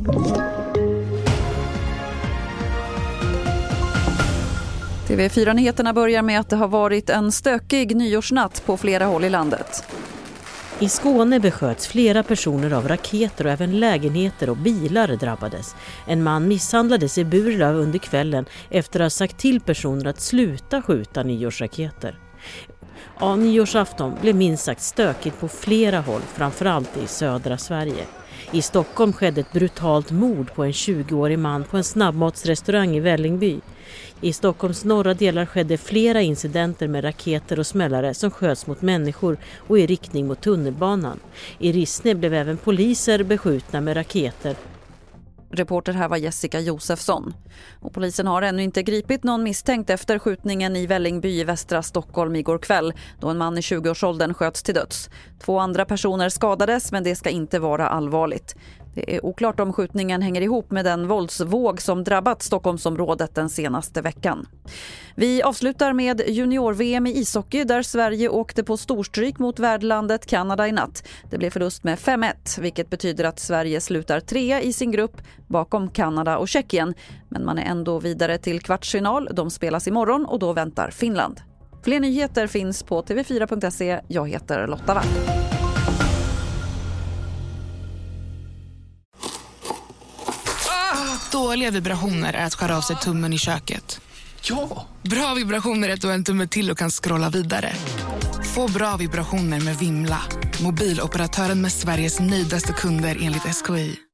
TV4-nyheterna börjar med att det har varit en stökig nyårsnatt på flera håll i landet. I Skåne besköts flera personer av raketer och även lägenheter och bilar drabbades. En man misshandlades i Burlöv under kvällen efter att ha sagt till personer att sluta skjuta nyårsraketer. Ja, nyårsafton blev minst sagt stökigt på flera håll, framförallt i södra Sverige. I Stockholm skedde ett brutalt mord på en 20-årig man på en snabbmatsrestaurang i Vällingby. I Stockholms norra delar skedde flera incidenter med raketer och smällare som sköts mot människor och i riktning mot tunnelbanan. I Rissne blev även poliser beskjutna med raketer. Reporter här var Jessica Josefsson. Och polisen har ännu inte gripit någon misstänkt efter skjutningen i Vällingby i västra Stockholm igår kväll, då en man i 20-årsåldern sköts till döds. 2 andra personer skadades, men det ska inte vara allvarligt. Det är oklart om skjutningen hänger ihop med den våldsvåg som drabbat Stockholmsområdet den senaste veckan. Vi avslutar med junior-VM i ishockey där Sverige åkte på storstryk mot värdlandet Kanada i natt. Det blev förlust med 5-1, vilket betyder att Sverige slutar 3 i sin grupp bakom Kanada och Tjeckien. Men man är ändå vidare till kvartsfinal. De spelas imorgon och då väntar Finland. Fler nyheter finns på tv4.se. Jag heter Lotta Wall. Dåliga vibrationer är att skära av sig tummen i köket. Ja! Bra vibrationer är att du har en tumme till och kan scrolla vidare. Få bra vibrationer med Vimla. Mobiloperatören med Sveriges nöjdaste kunder enligt SKI.